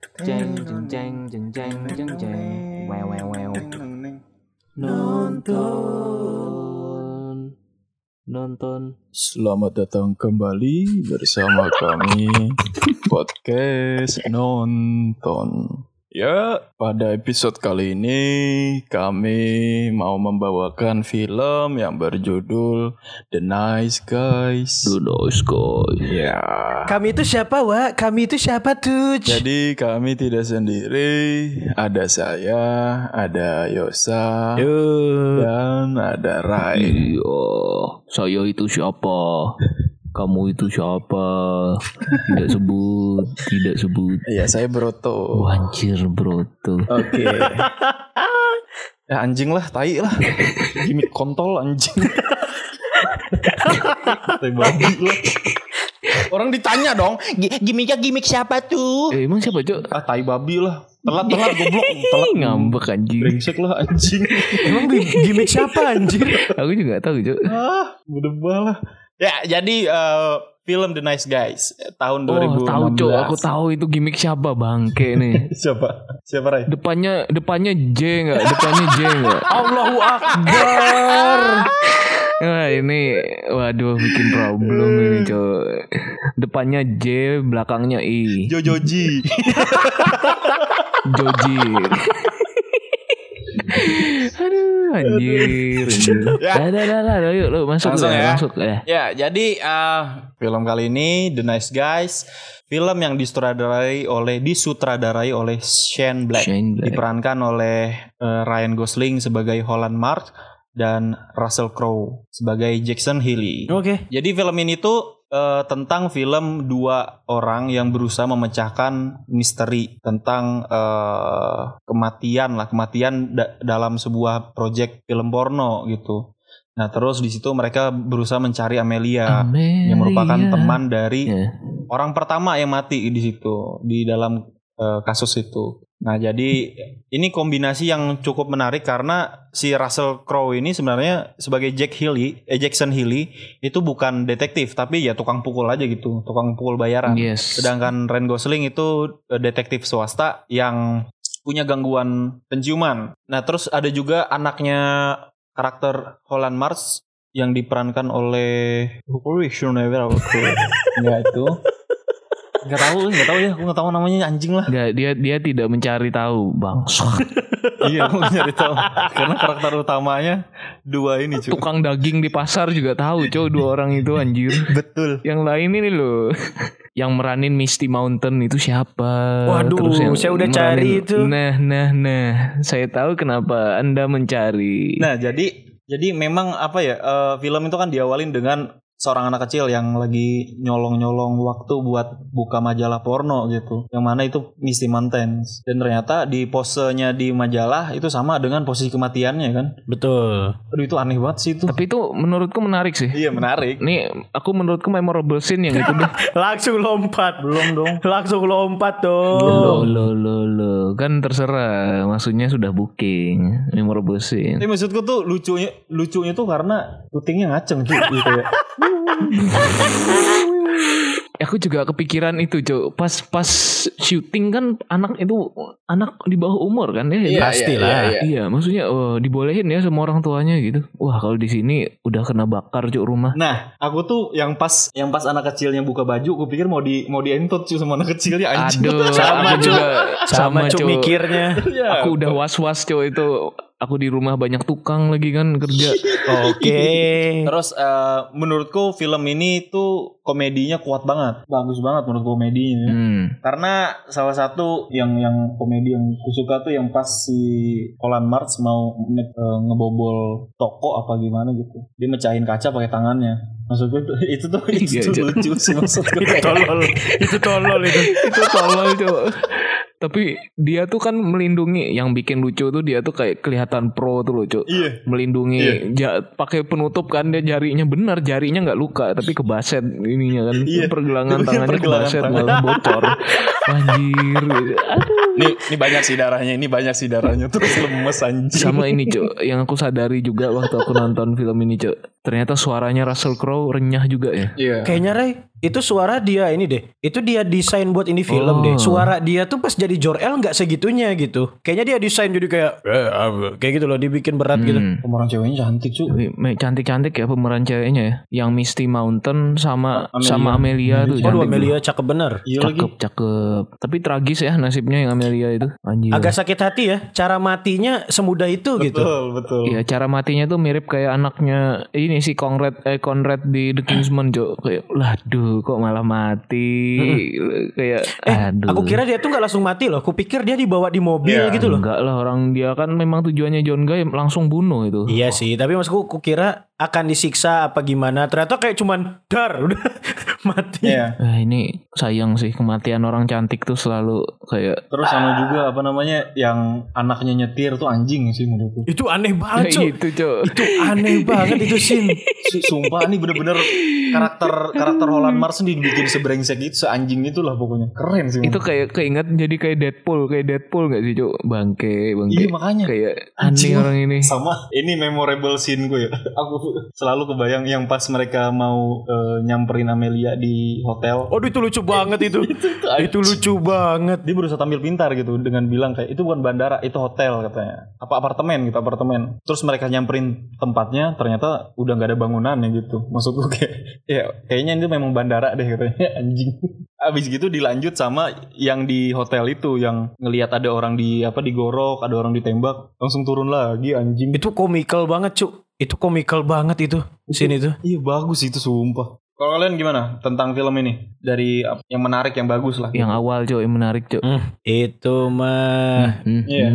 Jeng jeng jeng jeng jeng jeng jeng. Wow wow wow. Nonton. Selamat datang kembali bersama kami podcast nonton. Ya, pada episode kali ini kami mau membawakan film yang berjudul The Nice Guys. The Nice Guys. Ya. Kami itu siapa, Wak? Kami itu siapa, Tuj? Jadi kami tidak sendiri. Ada saya, ada Yosa, dan ada Rai. Iya, saya itu siapa? Kamu itu siapa? Tidak sebut. Iya, saya Broto. Anjir Broto. Oke. Ya anjing lah, tai lah. Gimik kontol anjing. Tai babi lah. Orang ditanya dong, gimik siapa tuh? Emang siapa, Cok? Ah, tai babi lah. Telat goblok. Telat Ngambek anjing. brengsek lah anjing. Emang gimmick siapa, anjir? Aku juga tahu, Cok. Berdebah lah. Ya, jadi film The Nice Guys tahun 2016. Tahu, Cok. Aku tahu itu gimmick siapa, bangke nih. Siapa Ray? Depannya J enggak? Depannya J enggak? Allahu Akbar. Wah, ini waduh bikin problem ini, Cok. Depannya J, belakangnya I. Jojoji. Joji. Aduh, anjir. Ya. Dah, yuk lu masuk Langsung ya. Masuk ya. Ya, jadi film kali ini The Nice Guys, film yang disutradarai oleh Shane Black. Diperankan oleh Ryan Gosling sebagai Holland March dan Russell Crowe sebagai Jackson Healy. Oke. Jadi film ini tuh tentang film dua orang yang berusaha memecahkan misteri tentang kematian dalam sebuah proyek film porno gitu. Nah, terus di situ mereka berusaha mencari Amelia yang merupakan teman dari orang pertama yang mati di situ di dalam kasus itu. Nah, jadi ini kombinasi yang cukup menarik karena si Russell Crowe ini sebenarnya sebagai Jackson Healy itu bukan detektif tapi ya tukang pukul aja gitu, tukang pukul bayaran. Yes. Sedangkan Ryan Gosling itu detektif swasta yang punya gangguan penciuman. Nah, terus ada juga anaknya karakter Holland March yang diperankan oleh Enggak itu. Enggak tahu ya, aku enggak tahu namanya anjing lah. Enggak, dia tidak mencari tahu, bangsa. Iya, aku nyari tahu. Karena karakter utamanya dua ini, cuy. Tukang daging di pasar juga tahu, Cok, dua orang itu anjir. Betul. Yang lain ini loh. Yang meranin Misty Mountain itu siapa? Waduh, terus yang saya udah cari itu. Nah, saya tahu kenapa Anda mencari. Nah, jadi memang apa ya? Film itu kan diawalin dengan seorang anak kecil yang lagi nyolong waktu buat buka majalah porno gitu. Yang mana itu Misty Mountains. Dan ternyata di posenya di majalah itu sama dengan posisi kematiannya kan. Betul. Aduh, itu aneh banget sih itu. Tapi itu menurutku menarik sih. Iya, menarik. Nih, menurutku memorable scene yang itu deh. Langsung lompat. Belum dong. Langsung lompat dong. Lo. Kan terserah. Maksudnya sudah booking. Memorable scene. Tapi maksudku tuh lucunya tuh karena syutingnya ngaceng tuh gitu ya. Aku juga kepikiran itu, Cok. Pas syuting kan anak di bawah umur kan ya. Pastilah. Iya, maksudnya dibolehin ya sama orang tuanya gitu. Wah, kalau di sini udah kena bakar, Cok, rumah. Nah, aku tuh yang pas anak kecilnya buka baju, aku pikir mau dientot cuy sama anak kecilnya anjing. Aduh, sama Cok mikirnya. Aku udah was-was, Cok, itu. Aku di rumah banyak tukang lagi kan kerja. Oke. Terus menurutku film ini tuh komedinya kuat banget. Bagus banget menurut komedinya. Karena salah satu yang komedi yang kusuka tuh yang pas si Holland March mau ngebobol toko apa gimana gitu. Dia mecahin kaca pakai tangannya. Maksudku itu tuh lucu sih maksudku. Itu tolol. Itu tolol, Cok. Tapi dia tuh kan melindungi. Yang bikin lucu tuh dia tuh kayak kelihatan pro tuh loh, Cok. Iya. Melindungi pakai penutup kan, dia jarinya nggak luka tapi kebaset ininya kan. Iya. Pergelangan tangannya kebaset malah bocor. Anjir. Aduh. Ini banyak sih darahnya terus lemes anjing. Sama ini, Cok, yang aku sadari juga waktu aku nonton film ini, Cok. Ternyata suaranya Russell Crowe renyah juga ya. Iya. Kayaknya Ray, itu suara dia ini deh. Itu dia desain buat ini film deh. Suara dia tuh pas jadi Jor-El nggak segitunya gitu. Kayaknya dia desain jadi kayak gitu loh, dibikin berat gitu. Pemeran ceweknya cantik cu. Tapi cantik-cantik ya pemeran ceweknya ya. Yang Misty Mountain sama Amelia tuh. Waduh, cantik Amelia cakep bener. Iya lagi. Cakep. Tapi tragis ya nasibnya yang Amelia itu. Anjir. Agak sakit hati ya. Cara matinya semudah itu gitu. Betul. Iya, cara matinya tuh mirip kayak anaknya ini si Conrad di The Kingsman, Cok. Kayak aduh kok malah mati. Kayak aduh. Aku kira dia tuh nggak langsung mati loh. Kupikir dia dibawa di mobil gitu loh. Enggak lah, orang dia kan memang tujuannya John Guy langsung bunuh itu. Iya sih, tapi maksudku kukira akan disiksa apa gimana. Ternyata kayak cuman udah mati. Iya. Ini sayang sih, kematian orang cantik tuh selalu kayak Terus sama juga apa namanya yang anaknya nyetir tuh anjing sih menurutku. Itu aneh banget, Cok. gitu, Cok. Itu aneh banget itu scene. Sumpah nih bener-bener karakter Holland Mars dibikin sebrengsek itu, seanjing itulah pokoknya. Keren sih. Itu kayak keinget jadi kayak Deadpool gak sih, Cok? Bangke. Iya makanya. Kayak aneh orang ini. Sama ini memorable scene gue ya. Aku selalu kebayang yang pas mereka mau nyamperin Amelia di hotel. Aduh itu lucu banget itu. Itu lucu banget. Dia berusaha tampil pintar gitu dengan bilang kayak itu bukan bandara, itu hotel katanya. Apa apartemen gitu, apartemen. Terus mereka nyamperin tempatnya, ternyata udah nggak ada bangunannya gitu. Maksudku kayak ya kayaknya itu memang bandara deh katanya. Anjing. Abis gitu dilanjut sama yang di hotel itu yang ngelihat ada orang digorok, ada orang ditembak, langsung turun lagi anjing. Itu komikal banget, Cuk. Itu komikal banget itu scene itu. Iya bagus itu sumpah. Kalau kalian gimana tentang film ini? Dari yang menarik, yang bagus lah. Yang awal, Cok, yang menarik, Cok. Itu mah. Iya.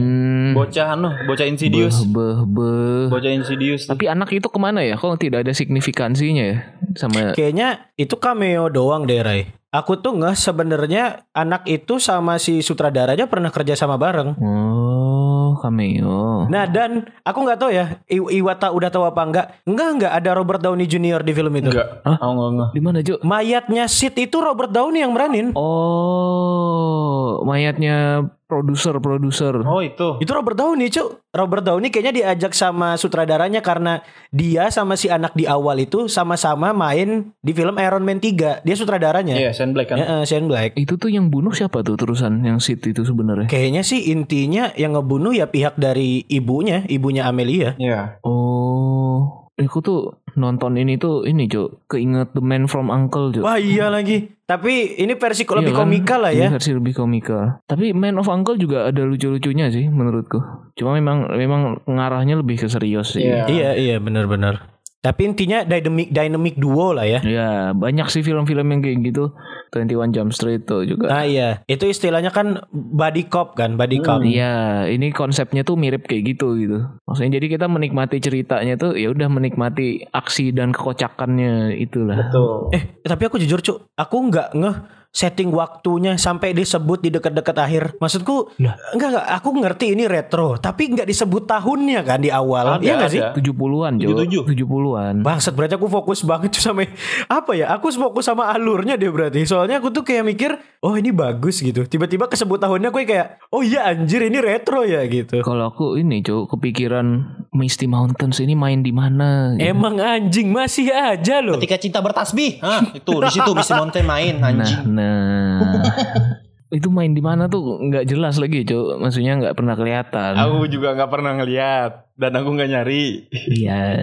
Bocah Insidious. Bocah Insidious. Tapi anak itu kemana ya? Kok tidak ada signifikansinya ya? Sama Kayaknya itu cameo doang deh, Ray. Aku tuh nggak sebenarnya anak itu sama si sutradaranya pernah kerja sama bareng. Oh, cameo. Nah dan aku nggak tahu ya Iwata udah tahu apa enggak. Enggak ada Robert Downey Jr. di film itu. Enggak. Hah? Enggak. Di mana, Cok? Mayatnya Sid itu Robert Downey yang meranin. Oh, mayatnya produser. Oh itu. Itu Robert Downey, Cuk. Robert Downey kayaknya diajak sama sutradaranya karena dia sama si anak di awal itu sama-sama main di film Iron Man 3. Dia sutradaranya. Iya, Shane Black kan. Shane Black. Itu tuh yang bunuh siapa tuh terusan yang Sid itu sebenarnya? Kayaknya sih intinya yang ngebunuh ya pihak dari ibunya Amelia. Iya. Oh, aku tuh nonton ini Cok, keinget The Man from U.N.C.L.E, Cok. Wah iya lagi. Tapi ini versi lebih Iya kan? komikal lah ya. Ini versi lebih komikal. Tapi Man of U.N.C.L.E juga ada lucu-lucunya sih menurutku. Cuma memang ngarahnya lebih ke serius sih. Iya. Iya benar. Tapi intinya dynamic duo lah ya. Ya, banyak sih film-film yang kayak gitu. 21 Jump Street tuh juga. Nah iya, itu istilahnya kan buddy cop kan, buddy cop. Iya, ini konsepnya tuh mirip kayak gitu. Maksudnya jadi kita menikmati ceritanya tuh ya udah menikmati aksi dan kekocakannya itulah. Betul. Tapi aku jujur, Cuk, aku nggak ngeh setting waktunya sampai disebut di dekat-dekat akhir. Maksudku enggak, aku ngerti ini retro, tapi nggak disebut tahunnya kan di awal. Iya nggak sih? 70-an, Jo. 70-an. Bangsat, berarti aku fokus banget tuh sama apa ya? Aku fokus sama alurnya deh berarti. Soalnya aku tuh kayak mikir, oh ini bagus gitu. Tiba-tiba kesebut tahunnya gue kayak, oh iya anjir ini retro ya gitu. Kalau aku ini, Jo, kepikiran Misty Mountains ini main di mana? Gitu. Emang anjing masih aja loh. Ketika cinta bertasbih, itu di situ Misty Mountain main anjing. Nah, itu main di mana tuh nggak jelas lagi, Cuk. Maksudnya nggak pernah kelihatan. Aku juga nggak pernah ngeliat dan aku nggak nyari. Iya.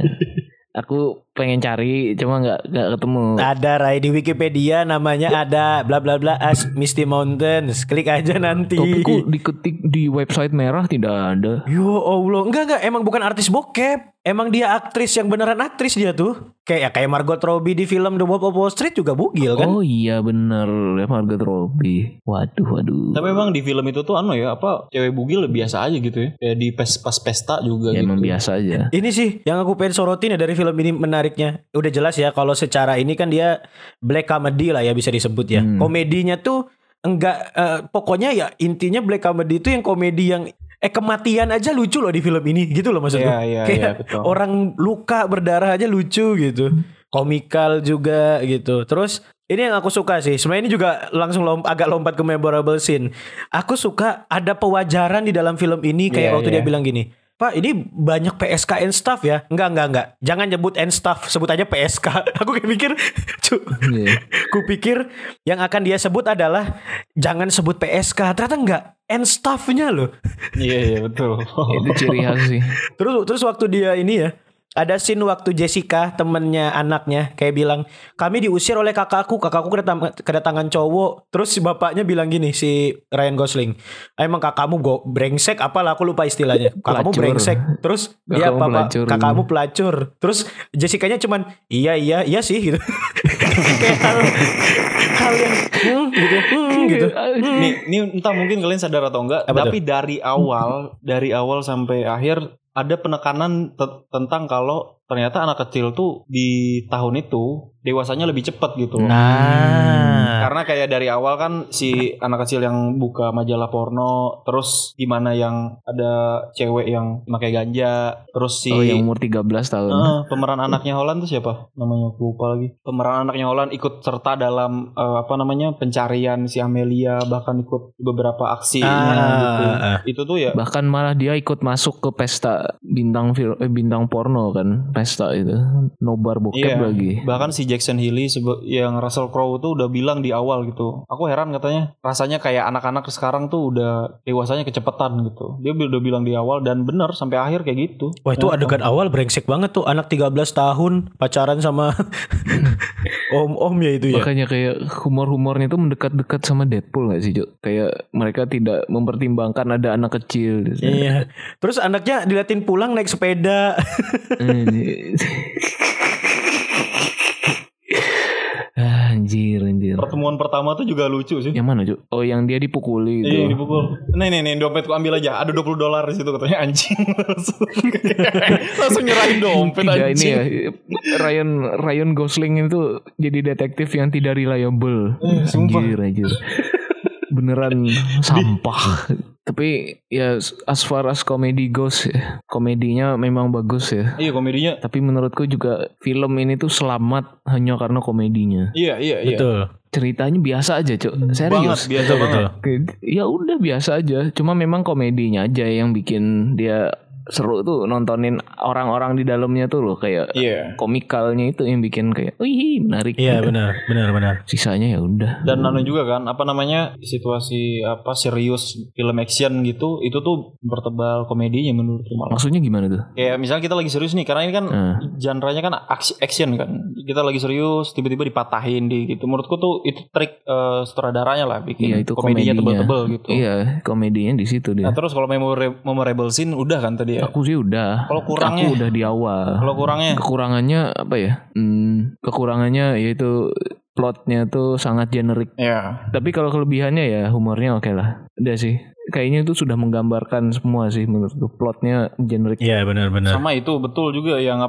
Aku pengen cari, cuma nggak ketemu. Ada Ray di Wikipedia namanya ada bla bla bla as Misty Mountains. Klik aja nanti. Tapi kok diketik di website merah tidak ada. Yo Allah, enggak emang bukan artis bokep. Emang dia aktris yang beneran aktris dia tuh. Kayak Margot Robbie di film The Wolf of Wall Street juga bugil kan? Oh iya bener ya, Margot Robbie. Waduh. Tapi emang di film itu tuh cewek bugil biasa aja gitu ya. Kayak di pas pesta juga ya, gitu. Emang biasa aja. Ini sih yang aku pengen sorotin ya dari film ini menariknya. Udah jelas ya kalau secara ini kan dia black comedy lah ya bisa disebut ya. Komedinya tuh enggak pokoknya ya intinya black comedy itu yang komedi yang kematian aja lucu loh di film ini gitu loh maksudnya. Iya, betul. Orang luka berdarah aja lucu gitu. Komikal juga gitu. Terus ini yang aku suka sih. Sebenarnya ini juga langsung agak lompat ke memorable scene. Aku suka ada pewajaran di dalam film ini kayak waktu dia bilang gini. Pak ini banyak PSK and staff ya. Enggak. Jangan nyebut and staff, sebut aja PSK. Aku kayak mikir, ku pikir yang akan dia sebut adalah jangan sebut PSK. Ternyata enggak, and staffnya loh. Iya betul. Itu ciri khas sih. Terus waktu dia ini ya, ada scene waktu Jessica temennya anaknya kayak bilang, kami diusir oleh kakakku kedatangan cowok. Terus si bapaknya bilang gini, si Ryan Gosling, emang kakakmu brengsek apalah, aku lupa istilahnya, kakakmu brengsek. Terus dia kakakmu pelacur. Terus Jessicanya cuman iya sih gitu. Kayak hal yang gitu. Nih entah mungkin kalian sadar atau enggak, tapi dari awal sampai akhir ada penekanan tentang kalau ternyata anak kecil tuh di tahun itu dewasanya lebih cepat gitu. Karena kayak dari awal kan si anak kecil yang buka majalah porno, terus gimana yang ada cewek yang pakai ganja, terus si yang umur 13 tahun. Pemeran anaknya Holland tuh siapa? Namanya aku lupa lagi. Pemeran anaknya Holland ikut serta dalam pencarian si Amelia, bahkan ikut beberapa aksinya gitu. Itu tuh ya. Bahkan malah dia ikut masuk ke pesta bintang porno kan, pesta itu. Nobar bokep lagi. Bahkan si Jackson Healy yang Russell Crowe tuh udah bilang di awal gitu. Aku heran katanya, rasanya kayak anak-anak sekarang tuh udah dewasanya kecepetan gitu. Dia udah bilang di awal dan bener sampai akhir kayak gitu. Wah itu adegan awal brengsek banget tuh, anak 13 tahun pacaran sama om ya itu ya. Makanya kayak humor-humornya tuh mendekat-dekat sama Deadpool gak sih, Jo? Kayak mereka tidak mempertimbangkan ada anak kecil. Iya. Terus anaknya diliatin pulang naik sepeda. Anjir. Pertemuan pertama tuh juga lucu sih. Yang mana, Cuk? Oh, yang dia dipukuli gitu. Iya, dipukul. Nih, dompetku ambil aja. Ada $20 di situ katanya, anjing. Langsung nyerahin dompet anjing. Ini ya, Ryan Gosling itu jadi detektif yang tidak reliable. Anjir. Beneran sampah. Tapi ya as far as comedy goes ya, komedinya memang bagus ya. Iya komedinya. Tapi menurutku juga film ini tuh selamat hanya karena komedinya. Iya. Betul. Ceritanya biasa aja, Cuk. Serius. Biasa banget. Ya udah biasa aja. Cuma memang komedinya aja yang bikin dia seru tuh, nontonin orang-orang di dalamnya tuh loh, kayak komikalnya itu yang bikin kayak wih menarik. Iya benar. Sisanya ya udah. Dan juga kan situasi serius film action gitu, itu tuh mempertebal komedinya menurutku malah. Maksudnya gimana tuh? Kayak misalnya kita lagi serius nih, karena ini kan genre-nya kan action kan. Kita lagi serius tiba-tiba dipatahin gitu. Menurutku tuh itu trik sutradaranya lah bikin komedinya tebel-tebel gitu. Iya, komedinya di situ dia. Nah, terus kalau memorable scene udah kan tadi. Aku sih udah. Kalau kurangnya? Aku udah di awal. Kalau kurangnya? Kekurangannya apa ya? Kekurangannya yaitu plotnya tuh sangat generik. Iya. Tapi kalau kelebihannya ya humornya oke lah. Udah sih. Kayaknya itu sudah menggambarkan semua sih menurutku. Plotnya generik. Iya benar. Sama itu betul juga yang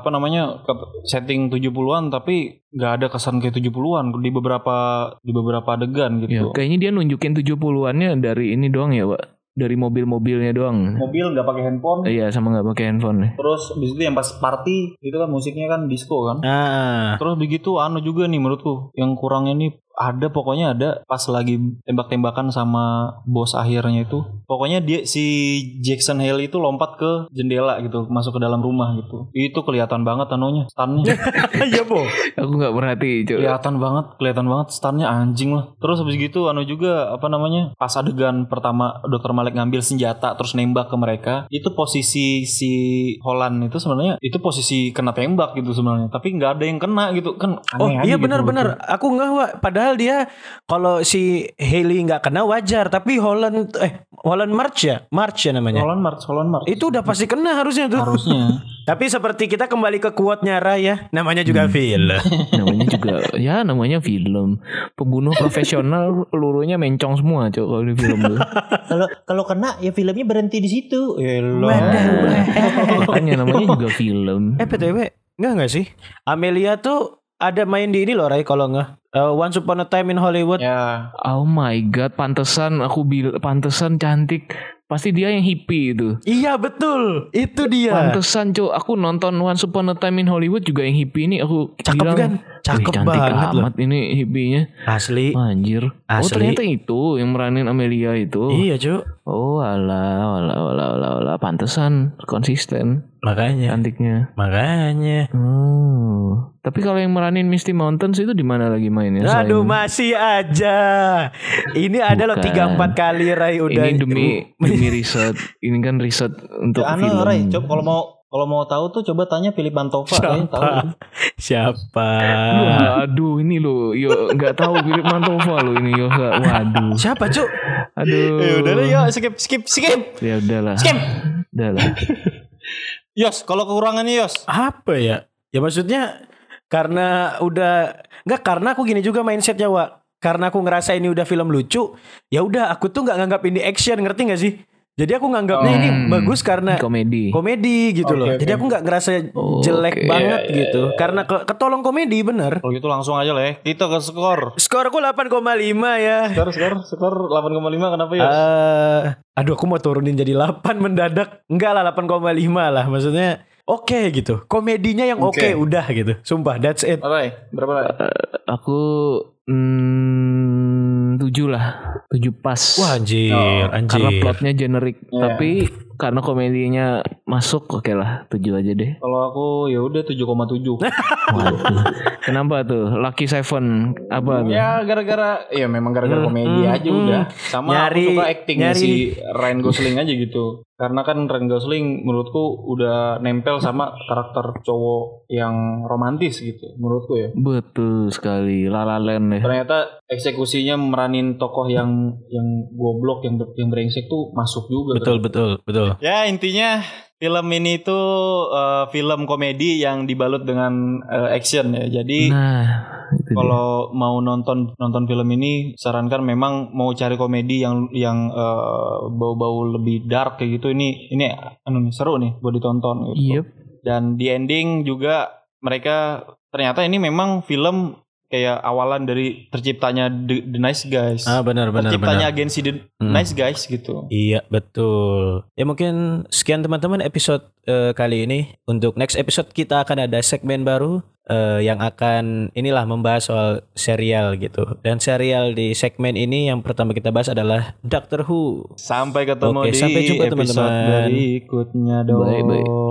setting 70-an tapi nggak ada kesan kayak 70-an di beberapa adegan gitu. Ya, kayaknya dia nunjukin 70-annya dari ini doang ya, Pak. Dari mobil-mobilnya doang. Mobil nggak pakai handphone. Iya, sama nggak pakai handphone. Terus abis itu yang pas party itu kan musiknya kan disco kan. Terus begitu juga nih menurutku yang kurangnya nih pokoknya ada pas lagi tembak-tembakan sama bos akhirnya itu. Pokoknya si Jackson Haley itu lompat ke jendela gitu, masuk ke dalam rumah gitu. Itu kelihatan banget stunnya. Iya, Bo. Aku enggak perhati, Cuk. Kelihatan banget stunnya anjing lah. Terus habis gitu juga pas adegan pertama Dr. Malik ngambil senjata terus nembak ke mereka, itu posisi si Holland itu sebenarnya itu posisi kena tembak gitu sebenarnya, tapi enggak ada yang kena gitu kan. Oh iya benar. Aku enggak, Wak. Padahal dia kalau si Haley nggak kena wajar, tapi Holland March ya namanya. Holland March. Itu udah pasti kena harusnya tuh. Harusnya. Tapi seperti kita kembali ke quote-nya Raya, namanya juga film. namanya film. Pembunuh profesional pelurunya mencong semua, Cok, kalau di film tuh. Kalau kena ya filmnya berhenti di situ. Makanya namanya juga film. PTW, enggak sih? Amelia tuh ada main di ini loh, Ray, kalau enggak. Once Upon a Time in Hollywood. Ya. Oh my god, pantesan cantik. pasti dia yang hippie itu. Iya betul, itu dia. Pantesan Cuk, aku nonton Once Upon a Time in Hollywood juga yang hippie ini aku Cakep bilang, kan? Cakep cantik banget amat ini hippinya. Asli. Anjir. Oh Asli. ternyata itu yang meranin Amelia itu. Iya Cuk. Oh alah, pantesan konsisten Makanya. cantiknya. Makanya. Tapi kalau yang meranin Misty Mountains itu di mana lagi mainnya? Aduh masih aja. Ini ada loh 3-4 kali Ray udah. Ini demi riset. Ini kan riset untuk film. Ray, coba kalau mau tahu tuh coba tanya Philip Mantova. Siapa? Aduh ini lo, yo nggak tahu Philip Mantova lo ini yo. Waduh. Siapa Cuk? Aduh. Ya udah yuk skip. Ya udahlah. Udahlah. Yos, kalau kekurangannya Yos. Apa ya? Ya maksudnya karena karena aku gini juga mindsetnya Wak. Karena aku ngerasa ini udah film lucu, ya udah aku tuh nggak nganggap ini action, ngerti nggak sih? Jadi aku nganggapnya ini bagus karena komedi gitu loh. Jadi aku nggak ngerasa jelek banget gitu. Karena ketolong komedi bener. Kalau gitu langsung aja lah ya. Kita ke skor. Skor aku 8,5 ya. Skor 8,5 kenapa ya? Aduh aku mau turunin jadi 8 mendadak. Enggak lah 8,5 lah. Maksudnya oke gitu. Komedinya yang oke udah gitu. Sumpah that's it. Berapa Ray? Aku 7 lah. 7 pas. Wah anjir. Karena plotnya generik. Tapi karena komedinya masuk oke lah 7 aja deh. Kalau aku ya udah 7,7. Waduh. Kenapa tuh? Lucky Seven apa tuh? Ya memang gara-gara komedi aja udah. Sama aku suka actingnya si Ryan Gosling aja gitu. Karena kan Ryan Gosling menurutku udah nempel sama karakter cowok yang romantis gitu menurutku ya. Betul sekali. La La Land ya. Ternyata eksekusinya meranin tokoh yang goblok yang brengsek tuh masuk juga. Betul. Ya intinya film ini tuh film komedi yang dibalut dengan action ya. Jadi kalau mau nonton film ini sarankan memang mau cari komedi yang bau-bau lebih dark kayak gitu. Ini seru nih buat ditonton gitu. Yep. Dan di ending juga mereka ternyata ini memang film kayak awalan dari terciptanya The Nice Guys. Benar. Terciptanya agensi The Nice Guys gitu. Iya, betul. Ya mungkin sekian teman-teman episode kali ini. Untuk next episode kita akan ada segmen baru yang akan membahas soal serial gitu. Dan serial di segmen ini yang pertama kita bahas adalah Doctor Who. Sampai ketemu sampai jumpa episode teman-teman berikutnya dong. Bye.